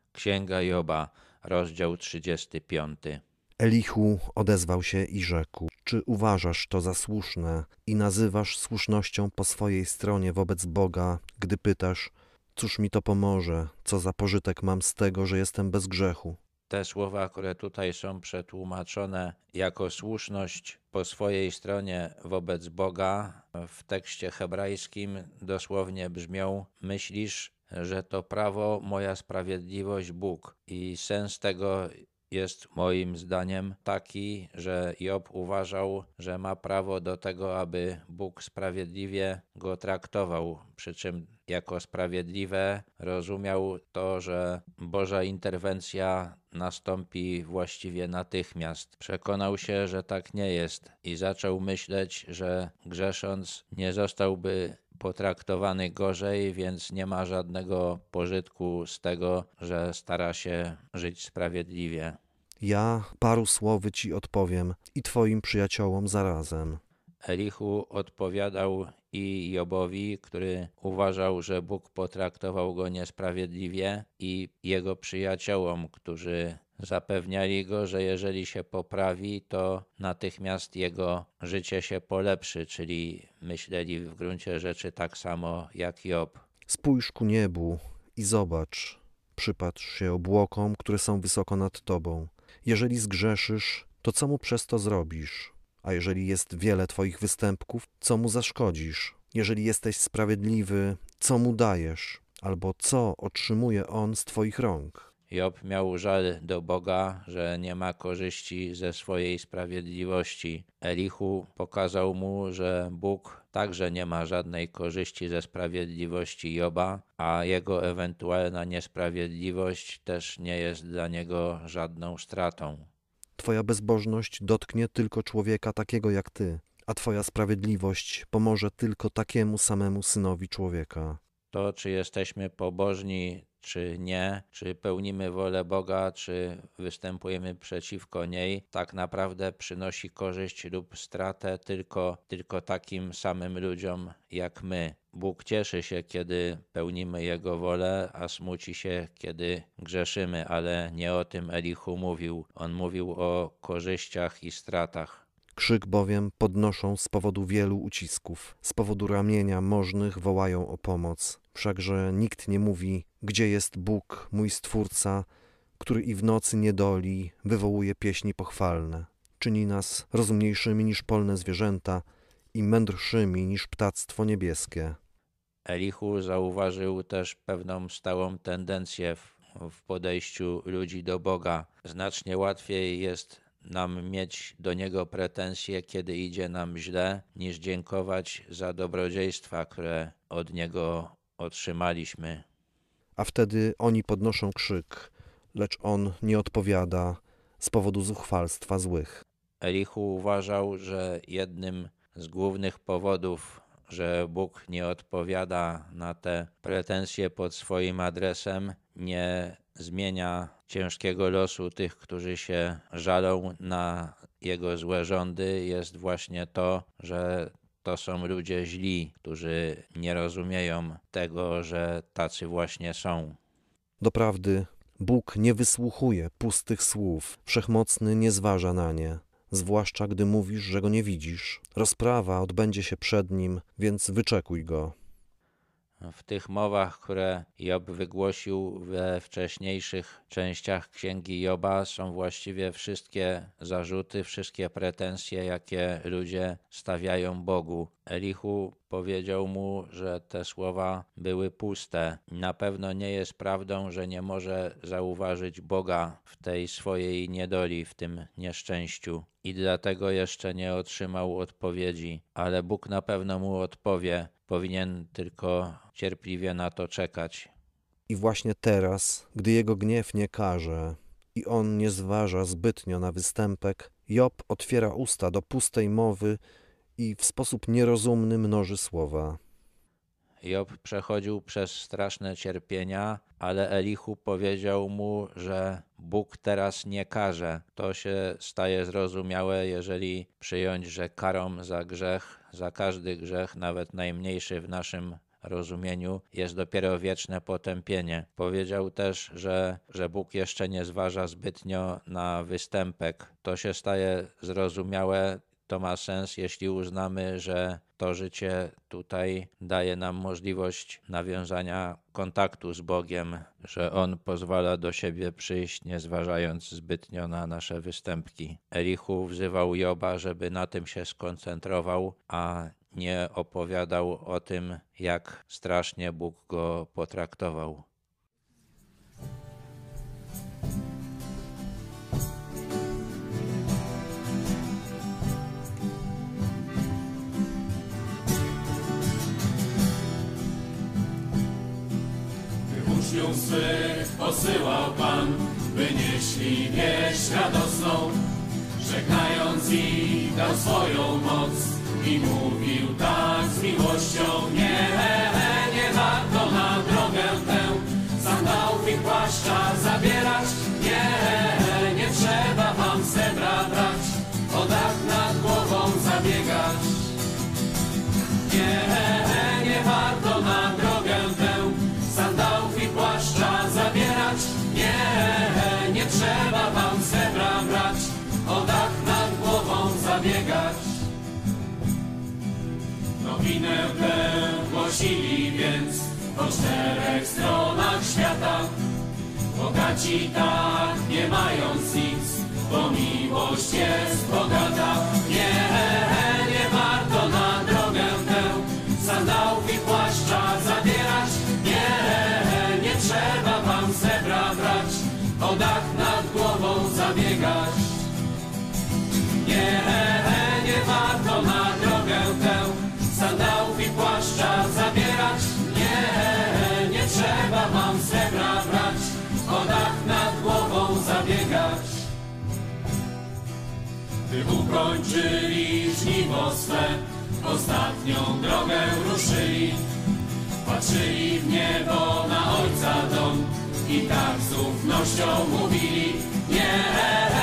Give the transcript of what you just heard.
Księga Joba, rozdział 35. Elihu odezwał się i rzekł: czy uważasz to za słuszne i nazywasz słusznością po swojej stronie wobec Boga, gdy pytasz: cóż mi to pomoże, co za pożytek mam z tego, że jestem bez grzechu? Te słowa, które tutaj są przetłumaczone jako słuszność po swojej stronie wobec Boga, w tekście hebrajskim dosłownie brzmią: myślisz, że to prawo, moja sprawiedliwość, Bóg. I sens tego jest moim zdaniem taki, że Job uważał, że ma prawo do tego, aby Bóg sprawiedliwie go traktował, przy czym jako sprawiedliwe rozumiał to, że Boża interwencja nastąpi właściwie natychmiast. Przekonał się, że tak nie jest i zaczął myśleć, że grzesząc nie zostałby potraktowany gorzej, więc nie ma żadnego pożytku z tego, że stara się żyć sprawiedliwie. Ja paru słowy ci odpowiem i twoim przyjaciołom zarazem. Elihu odpowiadał i Jobowi, który uważał, że Bóg potraktował go niesprawiedliwie, i jego przyjaciołom, którzy zapewniali go, że jeżeli się poprawi, to natychmiast jego życie się polepszy, czyli myśleli w gruncie rzeczy tak samo jak Job. Spójrz ku niebu i zobacz, przypatrz się obłokom, które są wysoko nad tobą. Jeżeli zgrzeszysz, to co mu przez to zrobisz? A jeżeli jest wiele twoich występków, co mu zaszkodzisz? Jeżeli jesteś sprawiedliwy, co mu dajesz? Albo co otrzymuje on z twoich rąk? Job miał żal do Boga, że nie ma korzyści ze swojej sprawiedliwości. Elihu pokazał mu, że Bóg także nie ma żadnej korzyści ze sprawiedliwości Joba, a jego ewentualna niesprawiedliwość też nie jest dla niego żadną stratą. Twoja bezbożność dotknie tylko człowieka takiego jak ty, a twoja sprawiedliwość pomoże tylko takiemu samemu synowi człowieka. To, czy jesteśmy pobożni, czy nie, czy pełnimy wolę Boga, czy występujemy przeciwko niej, tak naprawdę przynosi korzyść lub stratę tylko takim samym ludziom jak my. Bóg cieszy się, kiedy pełnimy Jego wolę, a smuci się, kiedy grzeszymy, ale nie o tym Elihu mówił. On mówił o korzyściach i stratach. Krzyk bowiem podnoszą z powodu wielu ucisków. Z powodu ramienia możnych wołają o pomoc. Wszakże nikt nie mówi: gdzie jest Bóg, mój Stwórca, który i w nocy niedoli wywołuje pieśni pochwalne. Czyni nas rozumniejszymi niż polne zwierzęta i mędrszymi niż ptactwo niebieskie. Elihu zauważył też pewną stałą tendencję w podejściu ludzi do Boga. Znacznie łatwiej jest nam mieć do Niego pretensje, kiedy idzie nam źle, niż dziękować za dobrodziejstwa, które od Niego otrzymaliśmy. A wtedy oni podnoszą krzyk, lecz on nie odpowiada z powodu zuchwalstwa złych. Elihu uważał, że jednym z głównych powodów, że Bóg nie odpowiada na te pretensje pod swoim adresem, nie zmienia ciężkiego losu tych, którzy się żalą na Jego złe rządy, jest właśnie to, że to są ludzie źli, którzy nie rozumieją tego, że tacy właśnie są. Doprawdy, Bóg nie wysłuchuje pustych słów, Wszechmocny nie zważa na nie, zwłaszcza gdy mówisz, że go nie widzisz. Rozprawa odbędzie się przed nim, więc wyczekuj go. W tych mowach, które Job wygłosił we wcześniejszych częściach Księgi Joba, są właściwie wszystkie zarzuty, wszystkie pretensje, jakie ludzie stawiają Bogu. Elihu powiedział mu, że te słowa były puste. Na pewno nie jest prawdą, że nie może zauważyć Boga w tej swojej niedoli, w tym nieszczęściu. I dlatego jeszcze nie otrzymał odpowiedzi, ale Bóg na pewno mu odpowie. Powinien tylko cierpliwie na to czekać. I właśnie teraz, gdy jego gniew nie karze i on nie zważa zbytnio na występek, Job otwiera usta do pustej mowy i w sposób nierozumny mnoży słowa. Job przechodził przez straszne cierpienia, ale Elihu powiedział mu, że Bóg teraz nie karze. To się staje zrozumiałe, jeżeli przyjąć, że karą za grzech, za każdy grzech, nawet najmniejszy w naszym rozumieniu jest dopiero wieczne potępienie. Powiedział też, że Bóg jeszcze nie zważa zbytnio na występek. To się staje zrozumiałe. To ma sens, jeśli uznamy, że to życie tutaj daje nam możliwość nawiązania kontaktu z Bogiem, że On pozwala do siebie przyjść, nie zważając zbytnio na nasze występki. Elihu wzywał Joba, żeby na tym się skoncentrował, a nie opowiadał o tym, jak strasznie Bóg go potraktował. Uczniów swych posyłał Pan, by nieśli wieść radosną, żegnając ich dał swoją moc i mówił tak z miłością: nie warto na drogę tę sandałów i płaszcza zabierać, nie trzeba wam srebra brać, o dach nad głową zabiegać. Nie warto na drogę tę sandałów i płaszcza zabierać, nie trzeba wam srebra brać, o dach nad głową zabiegać. Nowinę tę głosili więc po 4 stronach świata, bogaci tak nie mając nic, bo miłość jest bogata. Nie warto na drogę tę sandałów i płaszcza zabierać, nie trzeba wam srebra brać, o dach nad głową zabiegać. Nie warto na drogę tę sandałów i płaszcza zabierać, nie trzeba wam srebra brać, o dach nad głową zabiegać. Gdy ukończyli żniwo swe, ostatnią drogę ruszyli, patrzyli w niebo na Ojca dom i tak z ufnością mówili: nie